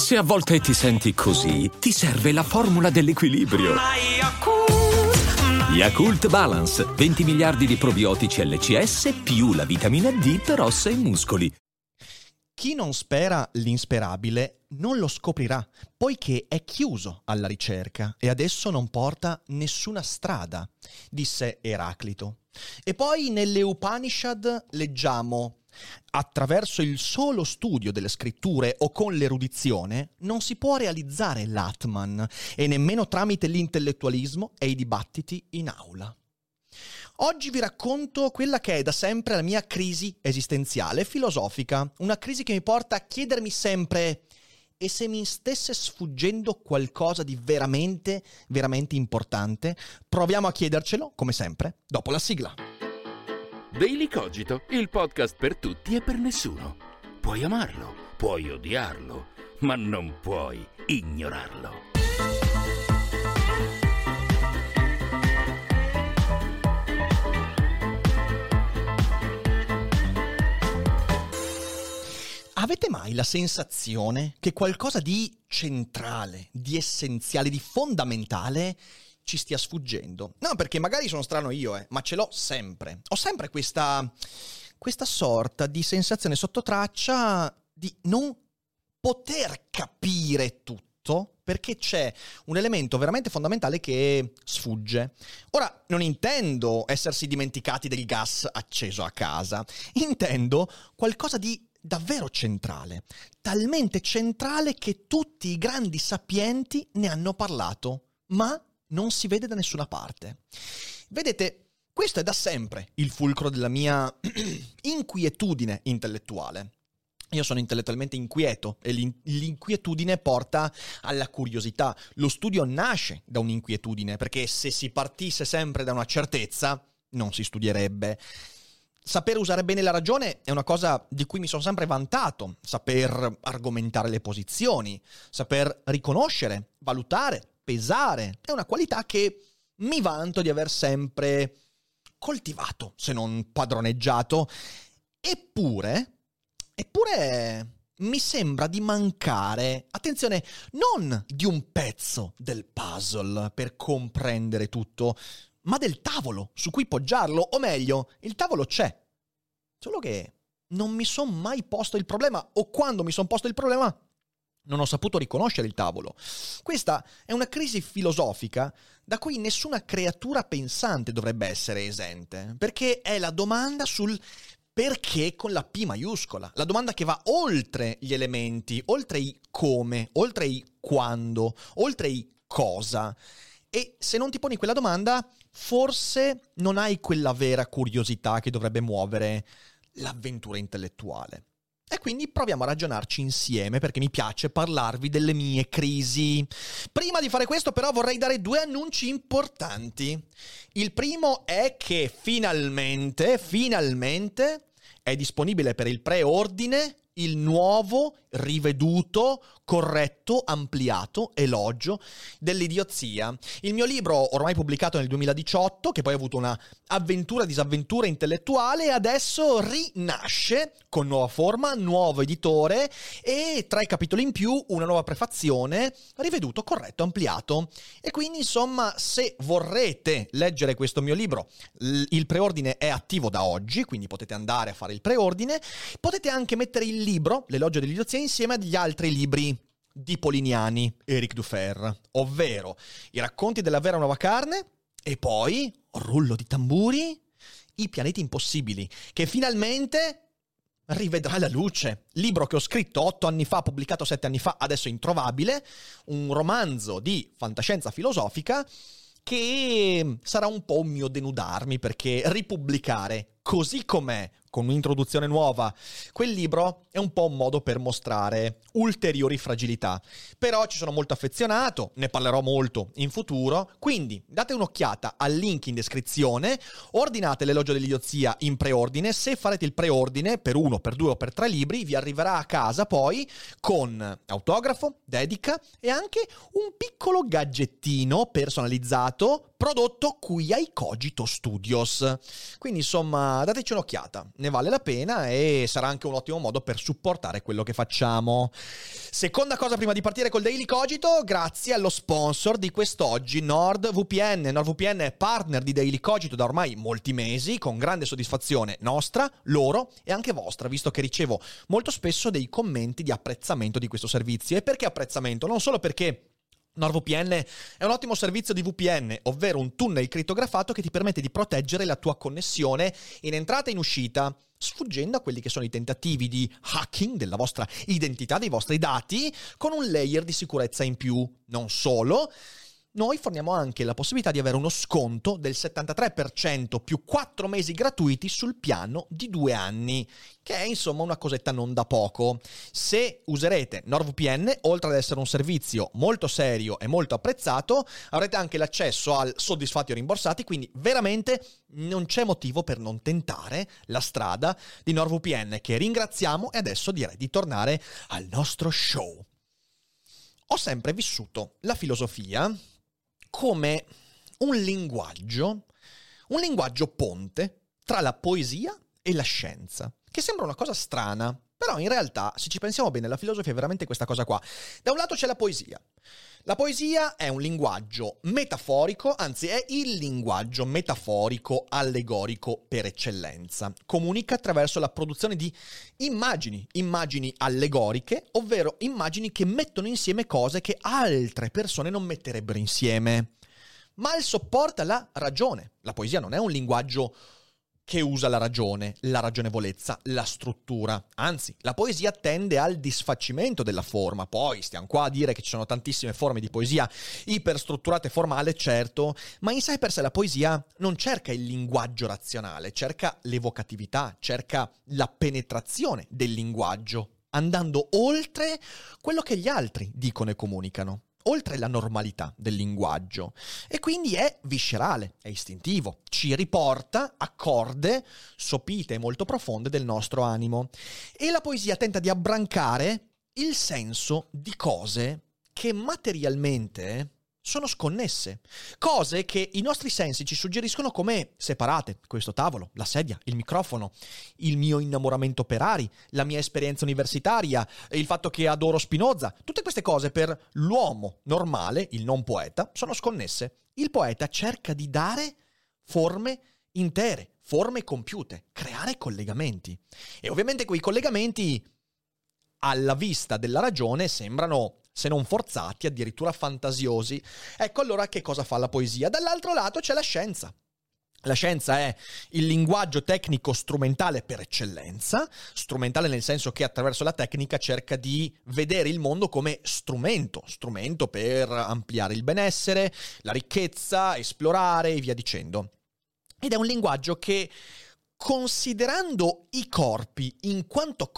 Se a volte ti senti così, ti serve la formula dell'equilibrio. Yakult Balance, 20 miliardi di probiotici LCS più la vitamina D per ossa e muscoli. Chi non spera l'insperabile non lo scoprirà, poiché è chiuso alla ricerca e adesso non porta nessuna strada, disse Eraclito. E poi nelle Upanishad leggiamo: attraverso il solo studio delle scritture o con l'erudizione non si può realizzare l'Atman e nemmeno tramite l'intellettualismo e i dibattiti in aula. Oggi vi racconto quella che è da sempre la mia crisi esistenziale filosofica, una crisi che mi porta a chiedermi sempre: e se mi stesse sfuggendo qualcosa di veramente, veramente importante? Proviamo a chiedercelo, come sempre, dopo la sigla. Daily Cogito, il podcast per tutti e per nessuno. Puoi amarlo, puoi odiarlo, ma non puoi ignorarlo. Avete mai la sensazione che qualcosa di centrale, di essenziale, di fondamentale ci stia sfuggendo? No, perché magari sono strano io, ma ce l'ho sempre. Ho sempre questa sorta di sensazione sotto traccia di non poter capire tutto, perché c'è un elemento veramente fondamentale che sfugge. Ora, non intendo essersi dimenticati del gas acceso a casa, intendo qualcosa di davvero centrale, talmente centrale che tutti i grandi sapienti ne hanno parlato, ma non si vede da nessuna parte. Vedete, questo è da sempre il fulcro della mia inquietudine intellettuale. Io sono intellettualmente inquieto e l'inquietudine porta alla curiosità. Lo studio nasce da un'inquietudine, perché se si partisse sempre da una certezza non si studierebbe. Sapere usare bene la ragione è una cosa di cui mi sono sempre vantato, saper argomentare le posizioni, saper riconoscere, valutare, pesare, è una qualità che mi vanto di aver sempre coltivato, se non padroneggiato. Eppure mi sembra di mancare, attenzione, non di un pezzo del puzzle per comprendere tutto, ma del tavolo su cui poggiarlo, o meglio, il tavolo c'è, solo che non mi sono mai posto il problema, o quando mi sono posto il problema non ho saputo riconoscere il tavolo. Questa è una crisi filosofica da cui nessuna creatura pensante dovrebbe essere esente, perché è la domanda sul perché con la P maiuscola, la domanda che va oltre gli elementi, oltre i come, oltre i quando, oltre i cosa. E se non ti poni quella domanda, forse non hai quella vera curiosità che dovrebbe muovere l'avventura intellettuale. E quindi proviamo a ragionarci insieme, perché mi piace parlarvi delle mie crisi. Prima di fare questo, però, vorrei dare 2 annunci importanti. Il primo è che finalmente è disponibile per il preordine il nuovo, riveduto, corretto, ampliato elogio dell'idiozia. Il mio libro, ormai pubblicato nel 2018, che poi ha avuto una avventura-disavventura intellettuale, e adesso rinasce con nuova forma, nuovo editore e 3 capitoli in più, una nuova prefazione, riveduto, corretto, ampliato. E quindi, insomma, se vorrete leggere questo mio libro, il preordine è attivo da oggi, quindi potete andare a fare il preordine. Potete anche mettere il libro, l'elogio dell'idiozia, insieme agli altri libri di Polignani, Éric Dufer, ovvero I racconti della vera nuova carne e poi, rullo di tamburi, I pianeti impossibili, che finalmente rivedrà la luce. Libro che ho scritto 8 anni fa, pubblicato 7 anni fa, adesso introvabile, un romanzo di fantascienza filosofica che sarà un po' un mio denudarmi, perché ripubblicare così com'è, con un'introduzione nuova, quel libro è un po' un modo per mostrare ulteriori fragilità. Però ci sono molto affezionato, ne parlerò molto in futuro, quindi date un'occhiata al link in descrizione, ordinate l'elogio dell'idiozia in preordine. Se farete il preordine per 1, per 2 o per 3 libri, vi arriverà a casa poi con autografo, dedica e anche un piccolo gadgettino personalizzato prodotto qui ai Cogito Studios. Quindi insomma, dateci un'occhiata. ne vale la pena e sarà anche un ottimo modo per supportare quello che facciamo. Seconda cosa prima di partire col Daily Cogito, grazie allo sponsor di quest'oggi, NordVPN. NordVPN è partner di Daily Cogito da ormai molti mesi, con grande soddisfazione nostra, loro e anche vostra, visto che ricevo molto spesso dei commenti di apprezzamento di questo servizio. E perché apprezzamento? Non solo perché NordVPN è un ottimo servizio di VPN, ovvero un tunnel crittografato che ti permette di proteggere la tua connessione in entrata e in uscita, sfuggendo a quelli che sono i tentativi di hacking della vostra identità, dei vostri dati, con un layer di sicurezza in più. Non solo, noi forniamo anche la possibilità di avere uno sconto del 73% più 4 mesi gratuiti sul piano di 2 anni, che è insomma una cosetta non da poco. Se userete NordVPN, oltre ad essere un servizio molto serio e molto apprezzato, avrete anche l'accesso al soddisfatti o rimborsati, quindi veramente non c'è motivo per non tentare la strada di NordVPN, che ringraziamo, e adesso direi di tornare al nostro show. Ho sempre vissuto la filosofia come un linguaggio ponte tra la poesia e la scienza, che sembra una cosa strana, però in realtà, se ci pensiamo bene, la filosofia è veramente questa cosa qua. Da un lato c'è la poesia. La poesia è un linguaggio metaforico, anzi è il linguaggio metaforico allegorico per eccellenza. Comunica attraverso la produzione di immagini allegoriche, ovvero immagini che mettono insieme cose che altre persone non metterebbero insieme. Ma il supporta la ragione. La poesia non è un linguaggio che usa la ragione, la ragionevolezza, la struttura. Anzi, la poesia tende al disfacimento della forma. Poi stiamo qua a dire che ci sono tantissime forme di poesia iperstrutturate e formale, certo, ma in sé per sé la poesia non cerca il linguaggio razionale, cerca l'evocatività, cerca la penetrazione del linguaggio, andando oltre quello che gli altri dicono e comunicano, oltre la normalità del linguaggio, e quindi è viscerale, è istintivo, ci riporta a corde sopite e molto profonde del nostro animo. E la poesia tenta di abbrancare il senso di cose che materialmente sono sconnesse, cose che i nostri sensi ci suggeriscono come separate: questo tavolo, la sedia, il microfono, il mio innamoramento per Ari, la mia esperienza universitaria, il fatto che adoro Spinoza. Tutte queste cose per l'uomo normale, il non poeta, sono sconnesse. Il poeta cerca di dare forme intere, forme compiute, creare collegamenti. E ovviamente quei collegamenti, alla vista della ragione, sembrano, se non forzati, addirittura fantasiosi. Ecco allora che cosa fa la poesia. Dall'altro lato c'è la scienza. La scienza è il linguaggio tecnico strumentale per eccellenza, strumentale nel senso che attraverso la tecnica cerca di vedere il mondo come strumento per ampliare il benessere, la ricchezza, esplorare e via dicendo. Ed è un linguaggio che, considerando i corpi, in quanto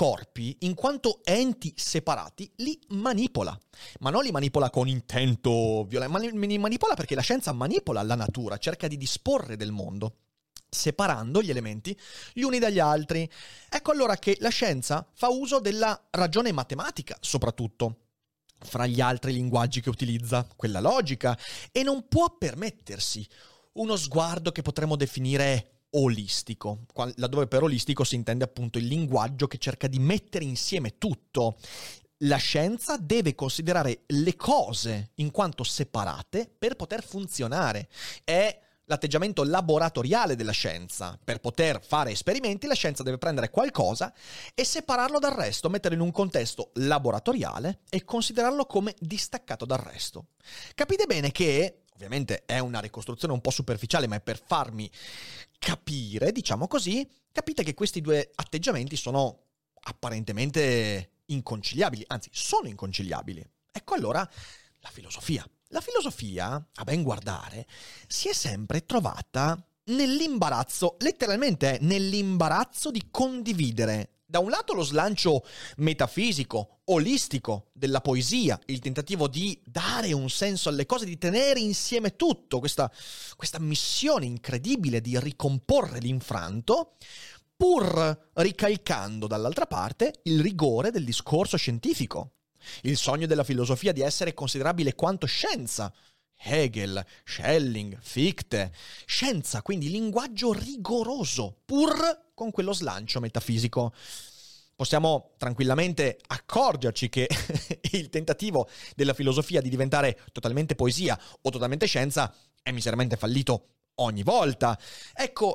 enti separati, li manipola. Ma non li manipola con intento violento, ma li manipola perché la scienza manipola la natura, cerca di disporre del mondo, separando gli elementi gli uni dagli altri. Ecco allora che la scienza fa uso della ragione matematica, soprattutto, fra gli altri linguaggi che utilizza, quella logica, e non può permettersi uno sguardo che potremmo definire olistico, laddove per olistico si intende appunto il linguaggio che cerca di mettere insieme tutto. La scienza deve considerare le cose in quanto separate per poter funzionare. È l'atteggiamento laboratoriale della scienza. Per poter fare esperimenti, la scienza deve prendere qualcosa e separarlo dal resto, metterlo in un contesto laboratoriale e considerarlo come distaccato dal resto. Capite bene che, ovviamente è una ricostruzione un po' superficiale, ma è per farmi capire, diciamo così, capite che questi due atteggiamenti sono apparentemente inconciliabili, anzi sono inconciliabili. Ecco allora la filosofia. La filosofia, a ben guardare, si è sempre trovata nell'imbarazzo, letteralmente nell'imbarazzo di condividere da un lato lo slancio metafisico, olistico della poesia, il tentativo di dare un senso alle cose, di tenere insieme tutto, questa missione incredibile di ricomporre l'infranto, pur ricalcando dall'altra parte il rigore del discorso scientifico, il sogno della filosofia di essere considerabile quanto scienza. Hegel, Schelling, Fichte, scienza, quindi linguaggio rigoroso, pur con quello slancio metafisico. Possiamo tranquillamente accorgerci che il tentativo della filosofia di diventare totalmente poesia o totalmente scienza è miseramente fallito ogni volta. Ecco,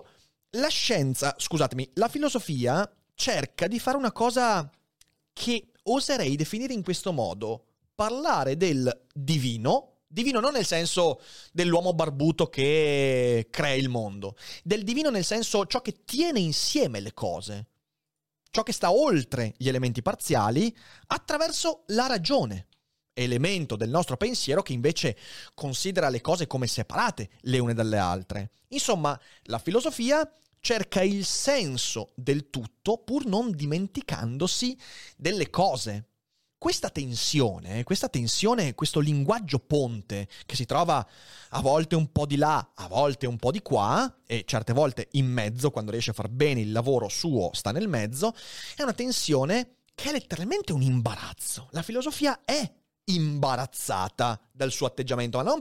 la filosofia cerca di fare una cosa che oserei definire in questo modo: parlare del divino non nel senso dell'uomo barbuto che crea il mondo, del divino nel senso ciò che tiene insieme le cose, ciò che sta oltre gli elementi parziali, attraverso la ragione, elemento del nostro pensiero che invece considera le cose come separate le une dalle altre. Insomma, la filosofia cerca il senso del tutto pur non dimenticandosi delle cose. Questa tensione, questo linguaggio ponte che si trova a volte un po' di là, a volte un po' di qua e certe volte in mezzo, quando riesce a far bene il lavoro suo sta nel mezzo, è una tensione che è letteralmente un imbarazzo. La filosofia è imbarazzata dal suo atteggiamento, ma non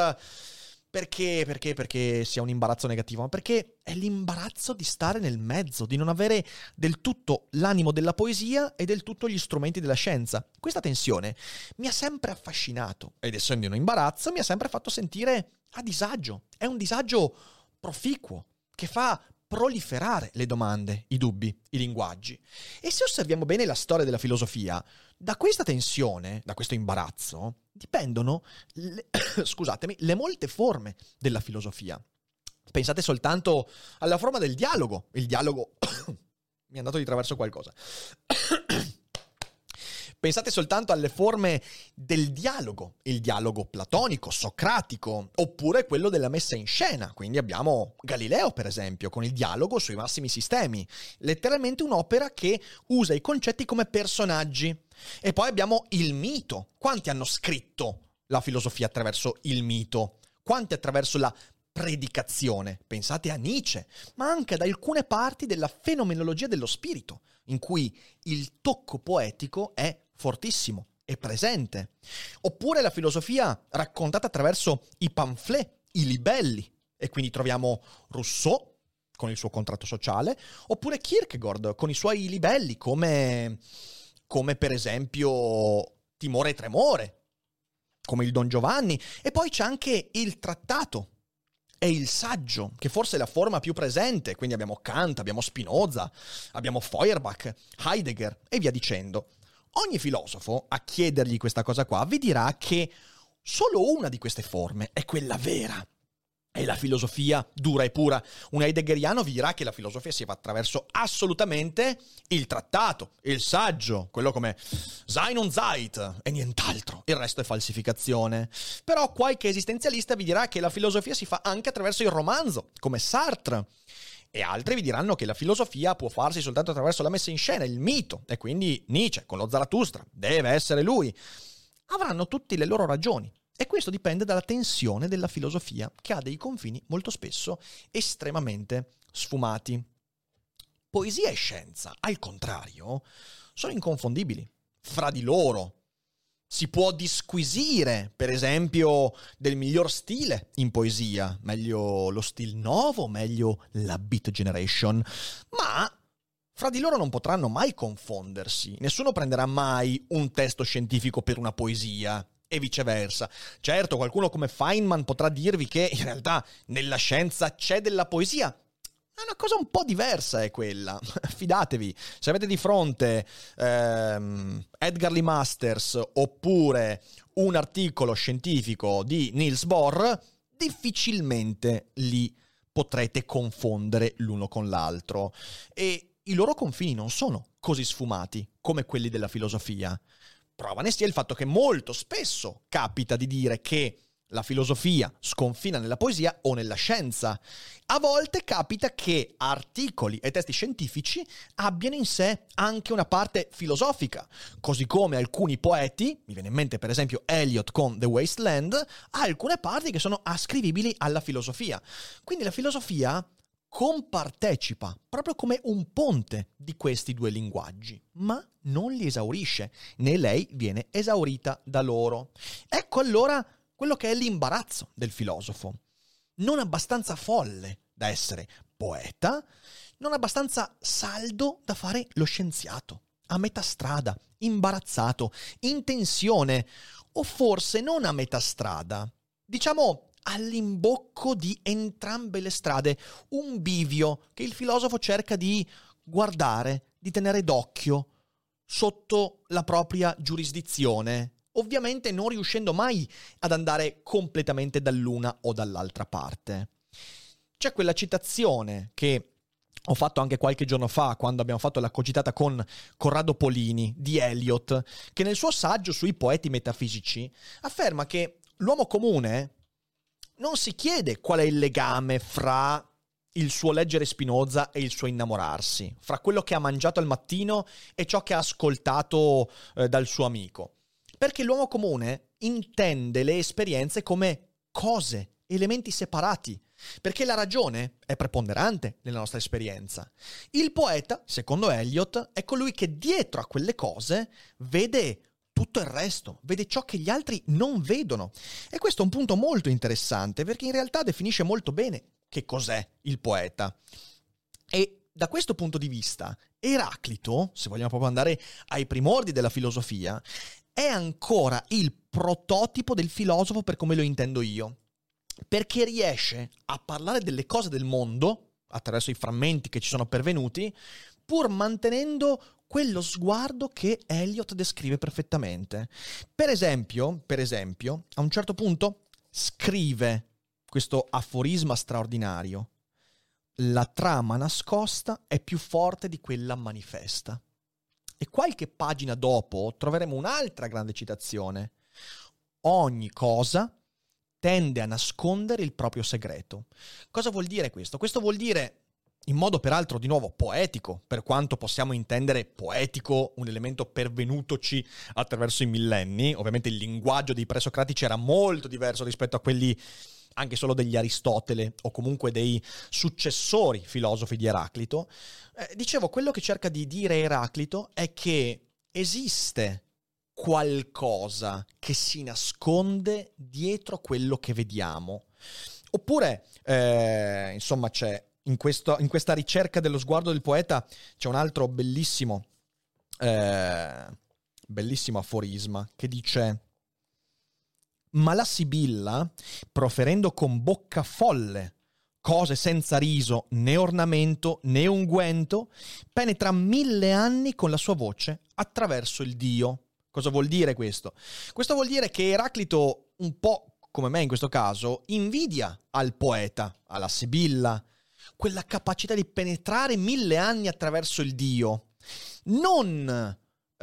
perché sia un imbarazzo negativo, ma perché è l'imbarazzo di stare nel mezzo, di non avere del tutto l'animo della poesia e del tutto gli strumenti della scienza. Questa tensione mi ha sempre affascinato ed essendo un imbarazzo mi ha sempre fatto sentire a disagio. È un disagio proficuo che fa proliferare le domande, i dubbi, i linguaggi. E se osserviamo bene la storia della filosofia, da questa tensione, da questo imbarazzo, dipendono le molte forme della filosofia. Pensate soltanto alla forma del dialogo. Il dialogo mi è andato di traverso qualcosa. Pensate soltanto alle forme del dialogo, il dialogo platonico, socratico, oppure quello della messa in scena. Quindi abbiamo Galileo, per esempio, con il dialogo sui massimi sistemi. Letteralmente un'opera che usa i concetti come personaggi. E poi abbiamo il mito. Quanti hanno scritto la filosofia attraverso il mito? Quanti attraverso la predicazione? Pensate a Nietzsche, ma anche ad alcune parti della fenomenologia dello spirito, in cui il tocco poetico è fortissimo, è presente. Oppure la filosofia raccontata attraverso i pamphlet, i libelli, e quindi troviamo Rousseau con il suo contratto sociale, oppure Kierkegaard con i suoi libelli, come per esempio Timore e Tremore, come il Don Giovanni. E poi c'è anche il trattato e il saggio, che forse è la forma più presente. Quindi abbiamo Kant, abbiamo Spinoza, abbiamo Feuerbach, Heidegger e via dicendo. Ogni filosofo, a chiedergli questa cosa qua, vi dirà che solo una di queste forme è quella vera. È la filosofia dura e pura. Un heideggeriano vi dirà che la filosofia si fa attraverso assolutamente il trattato, il saggio, quello come Sein und Zeit e nient'altro. Il resto è falsificazione. Però qualche esistenzialista vi dirà che la filosofia si fa anche attraverso il romanzo, come Sartre. E altri vi diranno che la filosofia può farsi soltanto attraverso la messa in scena, il mito, e quindi Nietzsche con lo Zarathustra, deve essere lui. Avranno tutti le loro ragioni. E questo dipende dalla tensione della filosofia, che ha dei confini molto spesso estremamente sfumati. Poesia e scienza, al contrario, sono inconfondibili fra di loro. Si può disquisire, per esempio, del miglior stile in poesia, meglio lo stil novo, meglio la beat generation, ma fra di loro non potranno mai confondersi. Nessuno prenderà mai un testo scientifico per una poesia e viceversa. Certo, qualcuno come Feynman potrà dirvi che in realtà nella scienza c'è della poesia. È una cosa un po' diversa è quella. Fidatevi, se avete di fronte Edgar Lee Masters oppure un articolo scientifico di Niels Bohr, difficilmente li potrete confondere l'uno con l'altro. E i loro confini non sono così sfumati come quelli della filosofia. Prova ne sia il fatto che molto spesso capita di dire che la filosofia sconfina nella poesia o nella scienza. A volte capita che articoli e testi scientifici abbiano in sé anche una parte filosofica, così come alcuni poeti, mi viene in mente per esempio Eliot con The Waste Land, ha alcune parti che sono ascrivibili alla filosofia. Quindi la filosofia compartecipa proprio come un ponte di questi due linguaggi, ma non li esaurisce, né lei viene esaurita da loro. Ecco allora quello che è l'imbarazzo del filosofo. Non abbastanza folle da essere poeta, non abbastanza saldo da fare lo scienziato, a metà strada, imbarazzato, in tensione, o forse non a metà strada, diciamo all'imbocco di entrambe le strade, un bivio che il filosofo cerca di guardare, di tenere d'occhio sotto la propria giurisdizione, ovviamente non riuscendo mai ad andare completamente dall'una o dall'altra parte. C'è quella citazione che ho fatto anche qualche giorno fa, quando abbiamo fatto la cogitata con Corrado Polini, di Eliot, che nel suo saggio sui poeti metafisici afferma che l'uomo comune non si chiede qual è il legame fra il suo leggere Spinoza e il suo innamorarsi, fra quello che ha mangiato al mattino e ciò che ha ascoltato dal suo amico. Perché l'uomo comune intende le esperienze come cose, elementi separati, perché la ragione è preponderante nella nostra esperienza. Il poeta, secondo Eliot, è colui che dietro a quelle cose vede tutto il resto, vede ciò che gli altri non vedono. E questo è un punto molto interessante, perché in realtà definisce molto bene che cos'è il poeta. E da questo punto di vista, Eraclito, se vogliamo proprio andare ai primordi della filosofia, è ancora il prototipo del filosofo per come lo intendo io, perché riesce a parlare delle cose del mondo, attraverso i frammenti che ci sono pervenuti, pur mantenendo quello sguardo che Eliot descrive perfettamente. Per esempio, a un certo punto scrive questo aforisma straordinario: la trama nascosta è più forte di quella manifesta. E qualche pagina dopo troveremo un'altra grande citazione: ogni cosa tende a nascondere il proprio segreto. Cosa vuol dire questo? Questo vuol dire, in modo peraltro di nuovo poetico, per quanto possiamo intendere poetico un elemento pervenutoci attraverso i millenni. Ovviamente il linguaggio dei presocratici era molto diverso rispetto a quelli anche solo degli Aristotele o comunque dei successori filosofi di Eraclito. Dicevo, quello che cerca di dire Eraclito è che esiste qualcosa che si nasconde dietro quello che vediamo. Oppure, insomma, c'è in questa ricerca dello sguardo del poeta c'è un altro bellissimo aforisma che dice: ma la Sibilla, proferendo con bocca folle cose senza riso, né ornamento, né unguento, penetra 1000 anni con la sua voce attraverso il Dio. Cosa vuol dire questo? Questo vuol dire che Eraclito, un po' come me in questo caso, invidia al poeta, alla Sibilla, quella capacità di penetrare 1000 anni attraverso il Dio, non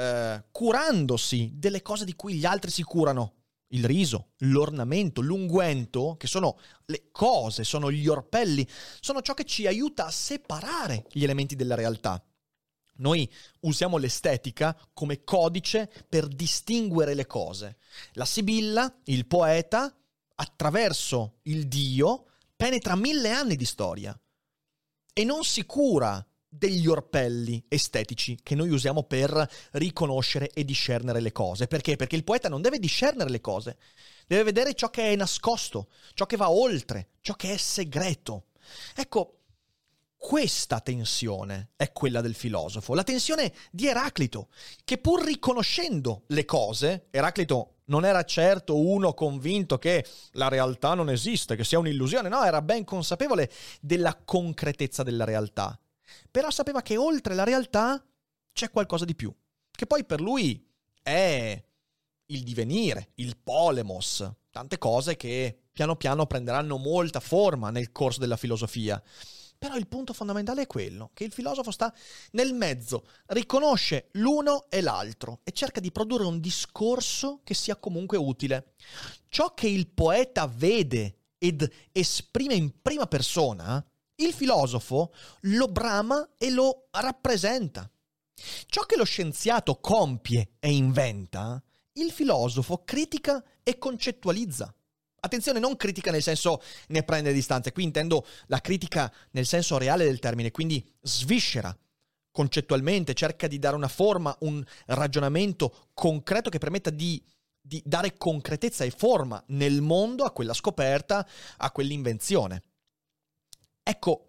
curandosi delle cose di cui gli altri si curano. Il riso, l'ornamento, l'unguento, che sono le cose, sono gli orpelli, sono ciò che ci aiuta a separare gli elementi della realtà. Noi usiamo l'estetica come codice per distinguere le cose. La Sibilla, il poeta, attraverso il Dio, penetra 1000 anni di storia e non si cura degli orpelli estetici che noi usiamo per riconoscere e discernere le cose. Perché? Perché il poeta non deve discernere le cose, deve vedere ciò che è nascosto, ciò che va oltre, ciò che è segreto. Ecco, questa tensione è quella del filosofo, la tensione di Eraclito, che pur riconoscendo le cose, Eraclito non era certo uno convinto che la realtà non esiste, che sia un'illusione, no, era ben consapevole della concretezza della realtà. Però sapeva che oltre la realtà c'è qualcosa di più, che poi per lui è il divenire, il polemos, tante cose che piano piano prenderanno molta forma nel corso della filosofia. Però il punto fondamentale è quello, che il filosofo sta nel mezzo, riconosce l'uno e l'altro e cerca di produrre un discorso che sia comunque utile. Ciò che il poeta vede ed esprime in prima persona, il filosofo lo brama e lo rappresenta. Ciò che lo scienziato compie e inventa, il filosofo critica e concettualizza. Attenzione, non critica nel senso ne prende distanze, qui intendo la critica nel senso reale del termine, quindi sviscera concettualmente, cerca di dare una forma, un ragionamento concreto che permetta di dare concretezza e forma nel mondo a quella scoperta, a quell'invenzione. Ecco,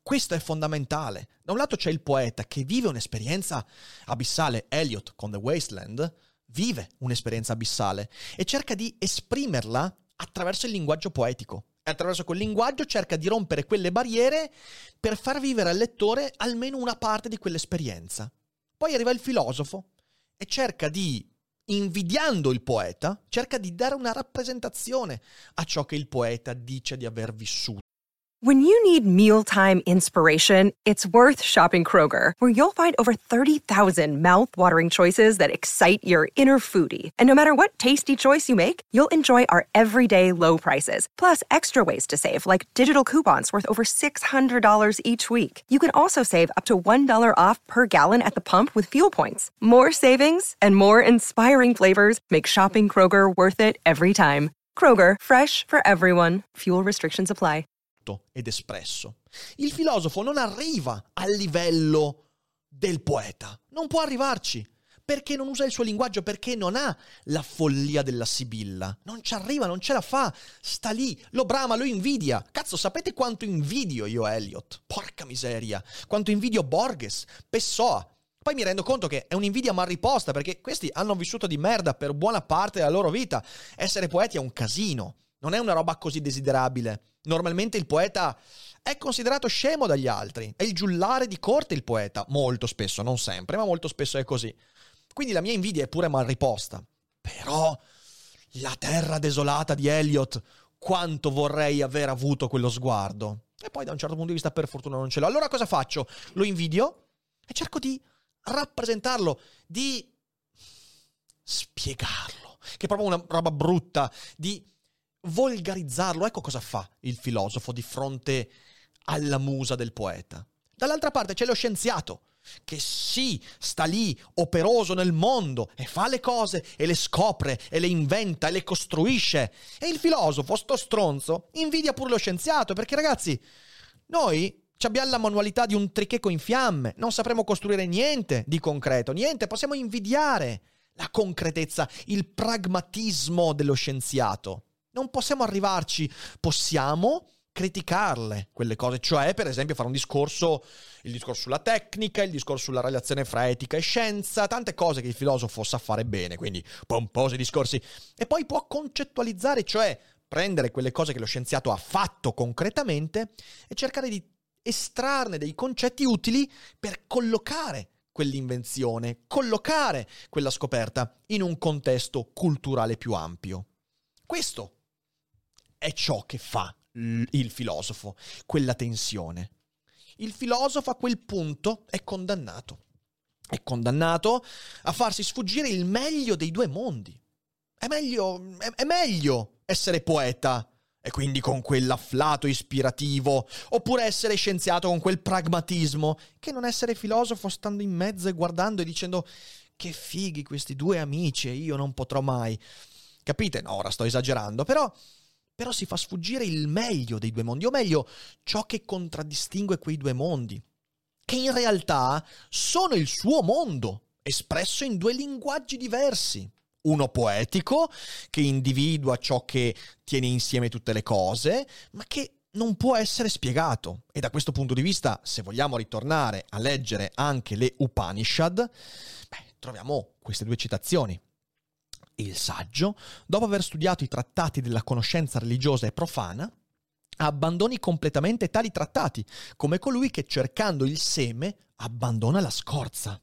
Questo è fondamentale. Da un lato c'è il poeta che vive un'esperienza abissale. Eliot con The Wasteland vive un'esperienza abissale e cerca di esprimerla attraverso il linguaggio poetico. E attraverso quel linguaggio cerca di rompere quelle barriere per far vivere al lettore almeno una parte di quell'esperienza. Poi arriva il filosofo e cerca di, invidiando il poeta, cerca di dare una rappresentazione a ciò che il poeta dice di aver vissuto. When you need mealtime inspiration, it's worth shopping Kroger, where you'll find over 30,000 mouth-watering choices that excite your inner foodie. And no matter what tasty choice you make, you'll enjoy our everyday low prices, plus extra ways to save, like digital coupons worth over $600 each week. You can also save up to $1 off per gallon at the pump with fuel points. More savings and more inspiring flavors make shopping Kroger worth it every time. Kroger, fresh for everyone. Fuel restrictions apply. Ed espresso. Il filosofo non arriva al livello del poeta, non può arrivarci, perché non usa il suo linguaggio, perché non ha la follia della Sibilla, non ci arriva, non ce la fa, sta lì, lo brama, lo invidia. Cazzo, sapete quanto invidio io Eliot? Porca miseria, quanto invidio Borges, Pessoa. Poi mi rendo conto che è un'invidia mal riposta, perché questi hanno vissuto di merda per buona parte della loro vita. Essere poeti è un casino, non è una roba così desiderabile. Normalmente il poeta è considerato scemo dagli altri, è il giullare di corte il poeta, molto spesso, non sempre, ma molto spesso è così. Quindi la mia invidia è pure mal riposta. Però la terra desolata di Eliot, quanto vorrei aver avuto quello sguardo. E poi da un certo punto di vista per fortuna non ce l'ho. Allora cosa faccio? Lo invidio e cerco di rappresentarlo, di spiegarlo, che è proprio una roba brutta, di volgarizzarlo. Ecco cosa fa il filosofo di fronte alla musa del poeta. Dall'altra parte c'è lo scienziato che sì, sta lì operoso nel mondo e fa le cose e le scopre e le inventa e le costruisce, e il filosofo, sto stronzo, invidia pure lo scienziato, perché ragazzi, noi abbiamo la manualità di un tricheco in fiamme, non sapremo costruire niente di concreto, niente, possiamo invidiare la concretezza, il pragmatismo dello scienziato. Non possiamo arrivarci, possiamo criticarle quelle cose, cioè per esempio fare un discorso, il discorso sulla tecnica, il discorso sulla relazione fra etica e scienza, tante cose che il filosofo sa fare bene, quindi pomposi discorsi, e poi può concettualizzare, cioè prendere quelle cose che lo scienziato ha fatto concretamente e cercare di estrarne dei concetti utili per collocare quell'invenzione, collocare quella scoperta in un contesto culturale più ampio. Questo è ciò che fa il filosofo, quella tensione. Il filosofo a quel punto è condannato. È condannato a farsi sfuggire il meglio dei due mondi. È meglio essere poeta e quindi con quell'afflato ispirativo, oppure essere scienziato con quel pragmatismo, che non essere filosofo stando in mezzo e guardando e dicendo che fighi questi due amici e io non potrò mai. Capite? No, ora sto esagerando, però si fa sfuggire il meglio dei due mondi, o meglio, ciò che contraddistingue quei due mondi, che in realtà sono il suo mondo, espresso in due linguaggi diversi. Uno poetico, che individua ciò che tiene insieme tutte le cose, ma che non può essere spiegato. E da questo punto di vista, se vogliamo ritornare a leggere anche le Upanishad, troviamo queste due citazioni. Il saggio, dopo aver studiato i trattati della conoscenza religiosa e profana, abbandoni completamente tali trattati, come colui che cercando il seme abbandona la scorza.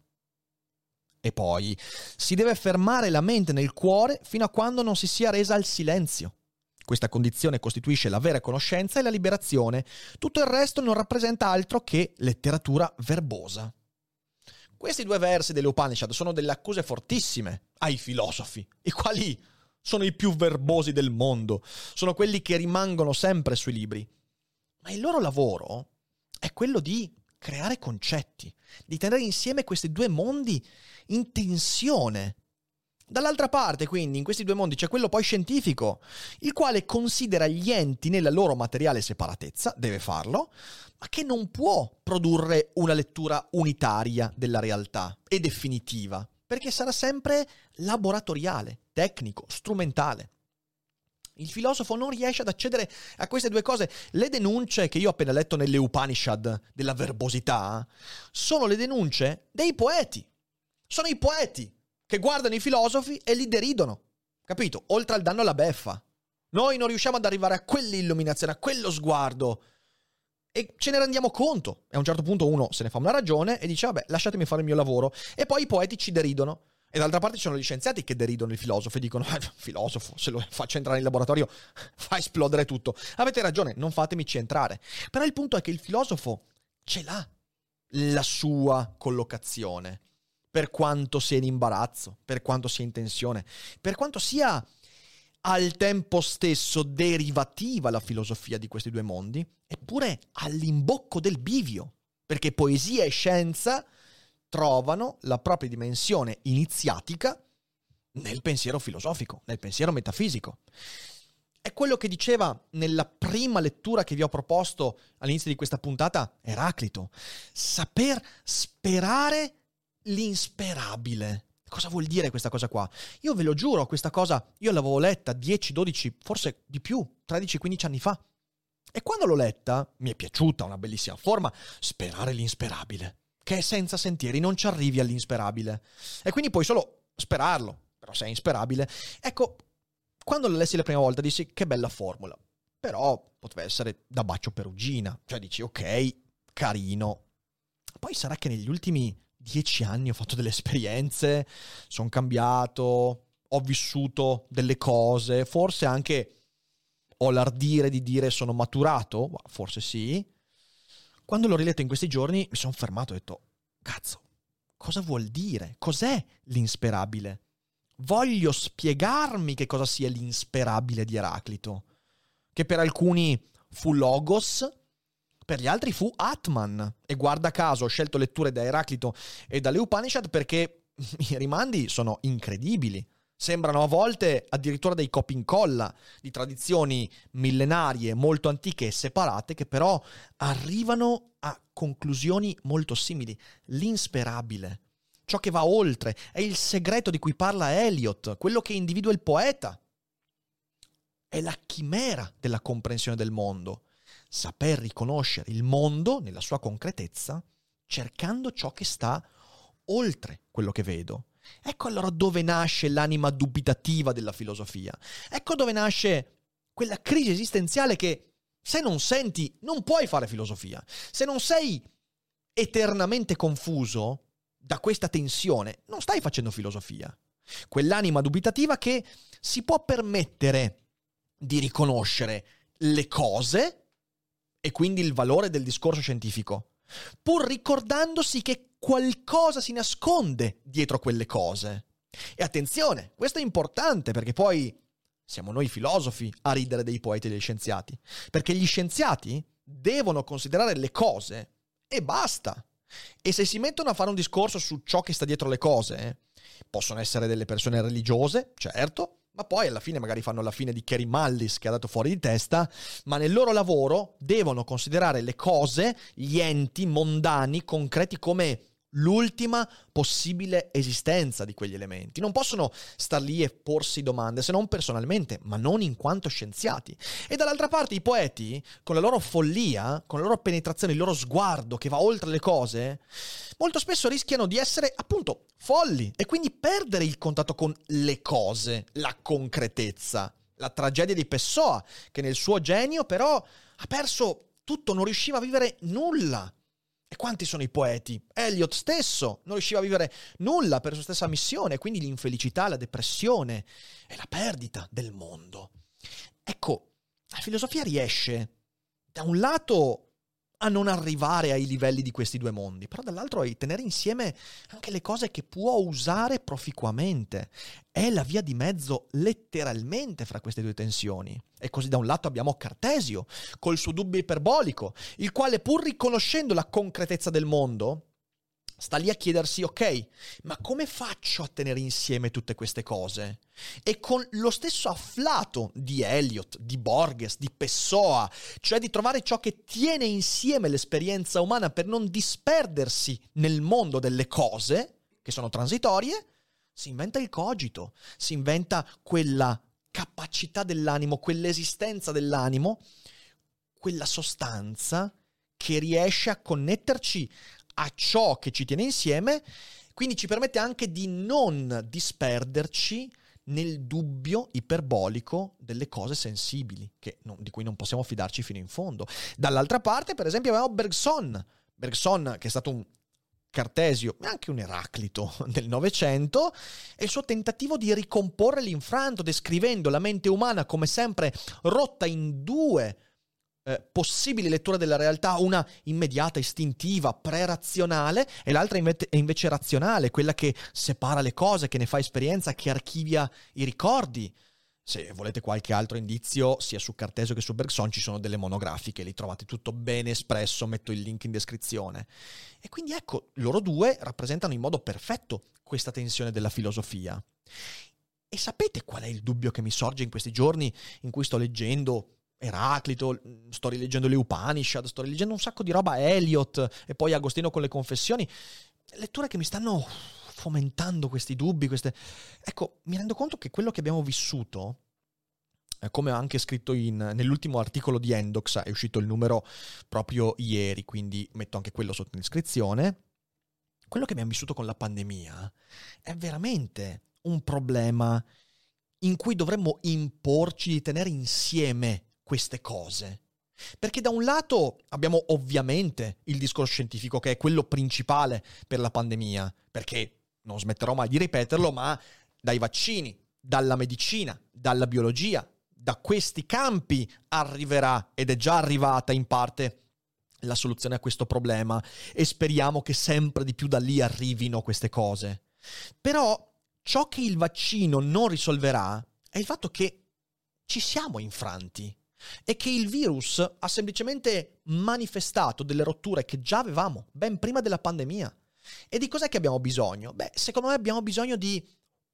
E poi si deve fermare la mente nel cuore fino a quando non si sia resa al silenzio. Questa condizione costituisce la vera conoscenza e la liberazione. Tutto il resto non rappresenta altro che letteratura verbosa. Questi due versi delle Upanishad sono delle accuse fortissime ai filosofi, i quali sono i più verbosi del mondo, sono quelli che rimangono sempre sui libri. Ma il loro lavoro è quello di creare concetti, di tenere insieme questi due mondi in tensione. Dall'altra parte, quindi, in questi due mondi c'è quello poi scientifico, il quale considera gli enti nella loro materiale separatezza, deve farlo, ma che non può produrre una lettura unitaria della realtà e definitiva, perché sarà sempre laboratoriale, tecnico, strumentale. Il filosofo non riesce ad accedere a queste due cose. Le denunce che io ho appena letto nelle Upanishad della verbosità sono le denunce dei poeti. Sono i poeti che guardano i filosofi e li deridono. Capito? Oltre al danno alla beffa. Noi non riusciamo ad arrivare a quell'illuminazione, a quello sguardo. E ce ne rendiamo conto. E a un certo punto uno se ne fa una ragione e dice, vabbè, lasciatemi fare il mio lavoro. E poi i poeti ci deridono. E d'altra parte ci sono gli scienziati che deridono il filosofo e dicono, filosofo, se lo faccio entrare in laboratorio fa esplodere tutto. Avete ragione, non fatemici entrare. Però il punto è che il filosofo ce l'ha la sua collocazione. Per quanto sia in imbarazzo, per quanto sia in tensione, per quanto sia al tempo stesso derivativa la filosofia di questi due mondi, eppure all'imbocco del bivio, perché poesia e scienza trovano la propria dimensione iniziatica nel pensiero filosofico, nel pensiero metafisico. È quello che diceva nella prima lettura che vi ho proposto all'inizio di questa puntata Eraclito. Saper sperare l'insperabile. Cosa vuol dire questa cosa qua? Io ve lo giuro, questa cosa io l'avevo letta 10, 12, forse di più, 13, 15 anni fa. E quando l'ho letta, mi è piaciuta, una bellissima forma, sperare l'insperabile, che è senza sentieri, non ci arrivi all'insperabile. E quindi puoi solo sperarlo, però se è insperabile. Ecco, quando lo lessi la prima volta dissi, che bella formula. Però poteva essere da Baccio Perugina, cioè dici, ok, carino. Poi sarà che negli ultimi 10 anni ho fatto delle esperienze, sono cambiato, ho vissuto delle cose, forse anche ho l'ardire di dire sono maturato, forse sì. Quando l'ho riletto in questi giorni mi sono fermato e ho detto, cazzo, cosa vuol dire? Cos'è l'insperabile? Voglio spiegarmi che cosa sia l'insperabile di Eraclito, che per alcuni fu Logos, per gli altri fu Atman. E guarda caso ho scelto letture da Eraclito e dalle Upanishad perché i rimandi sono incredibili. Sembrano a volte addirittura dei copia e incolla di tradizioni millenarie molto antiche e separate che però arrivano a conclusioni molto simili. L'insperabile, ciò che va oltre, è il segreto di cui parla Eliot, quello che individua il poeta. È la chimera della comprensione del mondo. Saper riconoscere il mondo nella sua concretezza, cercando ciò che sta oltre quello che vedo. Ecco allora dove nasce l'anima dubitativa della filosofia. Ecco dove nasce quella crisi esistenziale che se non senti non puoi fare filosofia. Se non sei eternamente confuso da questa tensione, non stai facendo filosofia. Quell'anima dubitativa che si può permettere di riconoscere le cose e quindi il valore del discorso scientifico, pur ricordandosi che qualcosa si nasconde dietro quelle cose. E attenzione, questo è importante perché poi siamo noi filosofi a ridere dei poeti e degli scienziati, perché gli scienziati devono considerare le cose e basta. E se si mettono a fare un discorso su ciò che sta dietro le cose, possono essere delle persone religiose, certo, ma poi alla fine magari fanno la fine di Kerry Mullis che ha dato fuori di testa, ma nel loro lavoro devono considerare le cose, gli enti mondani, concreti come l'ultima possibile esistenza di quegli elementi. Non possono star lì e porsi domande, se non personalmente, ma non in quanto scienziati. E dall'altra parte i poeti, con la loro follia, con la loro penetrazione, il loro sguardo che va oltre le cose, molto spesso rischiano di essere appunto folli e quindi perdere il contatto con le cose, la concretezza. La tragedia di Pessoa, che nel suo genio però ha perso tutto, non riusciva a vivere nulla. E quanti sono i poeti? Eliot stesso non riusciva a vivere nulla per sua stessa missione, quindi l'infelicità, la depressione e la perdita del mondo. Ecco, la filosofia riesce da un lato a non arrivare ai livelli di questi due mondi, però dall'altro a tenere insieme anche le cose che può usare proficuamente. È la via di mezzo letteralmente fra queste due tensioni. E così da un lato abbiamo Cartesio, col suo dubbio iperbolico, il quale pur riconoscendo la concretezza del mondo, sta lì a chiedersi, ok, ma come faccio a tenere insieme tutte queste cose? E con lo stesso afflato di Eliot, di Borges, di Pessoa, cioè di trovare ciò che tiene insieme l'esperienza umana per non disperdersi nel mondo delle cose, che sono transitorie, si inventa il cogito, si inventa quella capacità dell'animo, quell'esistenza dell'animo, quella sostanza che riesce a connetterci a ciò che ci tiene insieme, quindi ci permette anche di non disperderci nel dubbio iperbolico delle cose sensibili, di cui non possiamo fidarci fino in fondo. Dall'altra parte, per esempio, abbiamo Bergson, che è stato un Cartesio, ma anche un Eraclito del Novecento, e il suo tentativo di ricomporre l'infranto, descrivendo la mente umana come sempre rotta in due possibili letture della realtà, una immediata, istintiva, pre-razionale, e l'altra invece razionale, quella che separa le cose, che ne fa esperienza, che archivia i ricordi. Se volete qualche altro indizio, sia su Cartesio che su Bergson ci sono delle monografiche, li trovate tutto bene espresso, metto il link in descrizione. E quindi ecco, loro due rappresentano in modo perfetto questa tensione della filosofia. E sapete qual è il dubbio che mi sorge in questi giorni in cui sto leggendo Eraclito, sto rileggendo le Upanishad, sto rileggendo un sacco di roba, Eliot e poi Agostino con le Confessioni, letture che mi stanno fomentando questi dubbi, Ecco, mi rendo conto che quello che abbiamo vissuto, come ho anche scritto nell'ultimo articolo di Endox, è uscito il numero proprio ieri, quindi metto anche quello sotto descrizione, quello che abbiamo vissuto con la pandemia è veramente un problema in cui dovremmo imporci di tenere insieme queste cose. Perché da un lato abbiamo ovviamente il discorso scientifico, che è quello principale per la pandemia, perché non smetterò mai di ripeterlo, ma dai vaccini, dalla medicina, dalla biologia, da questi campi arriverà, ed è già arrivata in parte, la soluzione a questo problema, e speriamo che sempre di più da lì arrivino queste cose. Però ciò che il vaccino non risolverà è il fatto che ci siamo infranti e che il virus ha semplicemente manifestato delle rotture che già avevamo ben prima della pandemia. E di cos'è che abbiamo bisogno? Beh, secondo me abbiamo bisogno di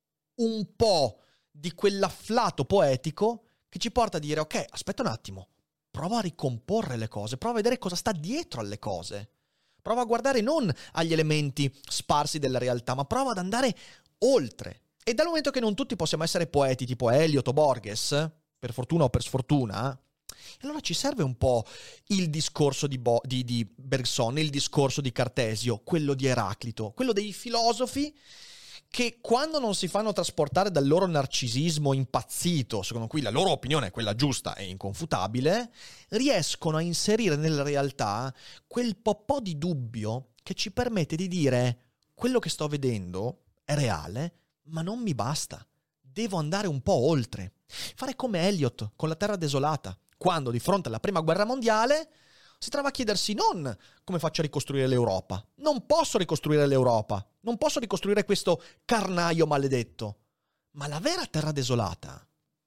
un po' di quell'afflato poetico che ci porta a dire: ok, aspetta un attimo, prova a ricomporre le cose, prova a vedere cosa sta dietro alle cose, prova a guardare non agli elementi sparsi della realtà, ma prova ad andare oltre. E dal momento che non tutti possiamo essere poeti tipo Eliot o Borges, per fortuna o per sfortuna, allora ci serve un po' il discorso di Bergson, il discorso di Cartesio, quello di Eraclito, quello dei filosofi che, quando non si fanno trasportare dal loro narcisismo impazzito, secondo cui la loro opinione è quella giusta e inconfutabile, riescono a inserire nella realtà quel po' di dubbio che ci permette di dire: quello che sto vedendo è reale, ma non mi basta, devo andare un po' oltre. Fare come Eliot con La Terra Desolata, quando di fronte alla Prima Guerra Mondiale si trova a chiedersi non come faccio a ricostruire l'Europa, non posso ricostruire l'Europa, non posso ricostruire questo carnaio maledetto, ma la vera Terra Desolata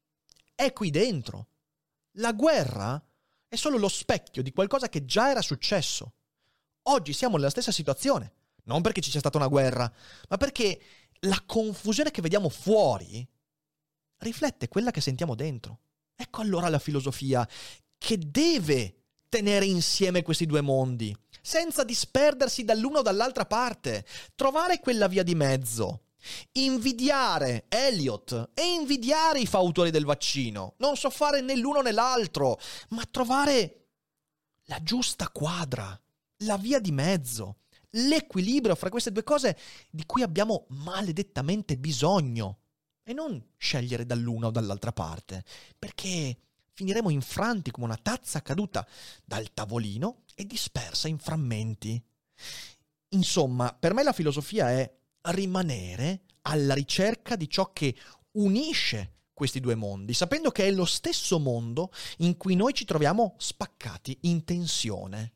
è qui dentro. La guerra è solo lo specchio di qualcosa che già era successo. Oggi siamo nella stessa situazione, non perché ci sia stata una guerra, ma perché la confusione che vediamo fuori riflette quella che sentiamo dentro. Ecco allora la filosofia che deve tenere insieme questi due mondi, senza disperdersi dall'una o dall'altra parte, trovare quella via di mezzo, invidiare Eliot e invidiare i fautori del vaccino, non so fare né l'uno né l'altro, ma trovare la giusta quadra, la via di mezzo, l'equilibrio fra queste due cose di cui abbiamo maledettamente bisogno, e non scegliere dall'una o dall'altra parte, perché finiremo infranti come una tazza caduta dal tavolino e dispersa in frammenti. Insomma, per me la filosofia è rimanere alla ricerca di ciò che unisce questi due mondi, sapendo che è lo stesso mondo in cui noi ci troviamo spaccati in tensione.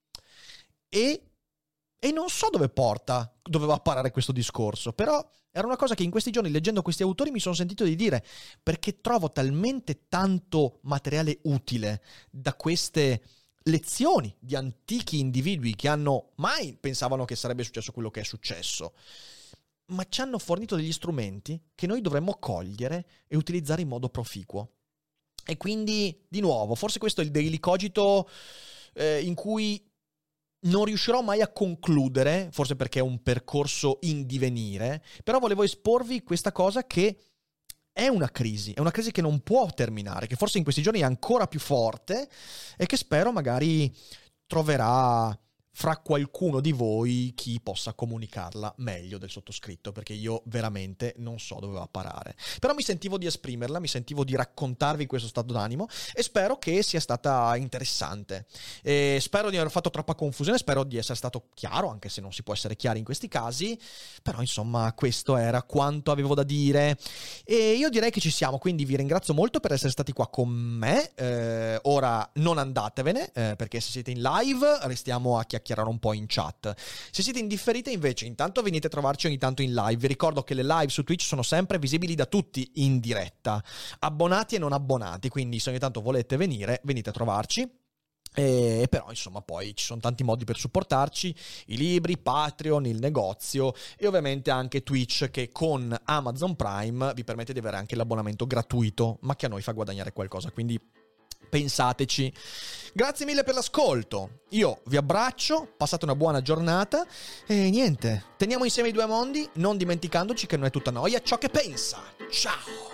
E non so dove va a parare questo discorso, però era una cosa che in questi giorni, leggendo questi autori, mi sono sentito di dire, perché trovo talmente tanto materiale utile da queste lezioni di antichi individui che mai pensavano che sarebbe successo quello che è successo, ma ci hanno fornito degli strumenti che noi dovremmo cogliere e utilizzare in modo proficuo. E quindi, di nuovo, forse questo è il Daily Cogito in cui non riuscirò mai a concludere, forse perché è un percorso in divenire, però volevo esporvi questa cosa che è una crisi che non può terminare, che forse in questi giorni è ancora più forte e che spero magari troverà fra qualcuno di voi chi possa comunicarla meglio del sottoscritto, perché io veramente non so dove va a parare. Però mi sentivo di esprimerla, mi sentivo di raccontarvi questo stato d'animo e spero che sia stata interessante. E spero di non aver fatto troppa confusione, spero di essere stato chiaro, anche se non si può essere chiari in questi casi, però insomma questo era quanto avevo da dire. E io direi che ci siamo, quindi vi ringrazio molto per essere stati qua con me. Ora non andatevene, perché se siete in live restiamo a chiacchierare un po' in chat. Se siete in differita invece, intanto venite a trovarci ogni tanto in live. Vi ricordo che le live su Twitch sono sempre visibili da tutti in diretta, abbonati e non abbonati, quindi se ogni tanto volete venire, venite a trovarci. E però insomma poi ci sono tanti modi per supportarci: i libri, Patreon, il negozio e ovviamente anche Twitch, che con Amazon Prime vi permette di avere anche l'abbonamento gratuito, ma che a noi fa guadagnare qualcosa, quindi pensateci. Grazie mille per l'ascolto, io vi abbraccio, passate una buona giornata e niente, teniamo insieme i due mondi, non dimenticandoci che non è tutta noia ciò che pensa. Ciao!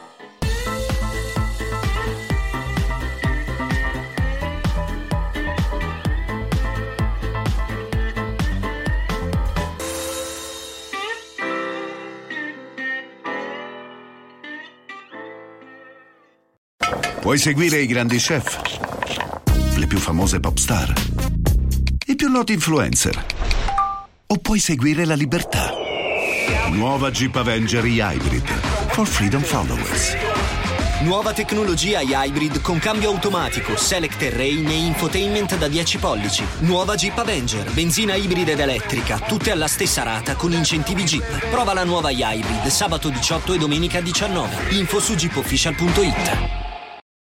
Puoi seguire i grandi chef, le più famose pop star, i più noti influencer, o puoi seguire la libertà. Nuova Jeep Avenger Hybrid for freedom followers. Nuova tecnologia Hybrid con cambio automatico, select terrain e infotainment da 10 pollici. Nuova Jeep Avenger, benzina ibrida ed elettrica, tutte alla stessa rata con incentivi Jeep. Prova la nuova Hybrid sabato 18 e domenica 19. Info su jeepofficial.it.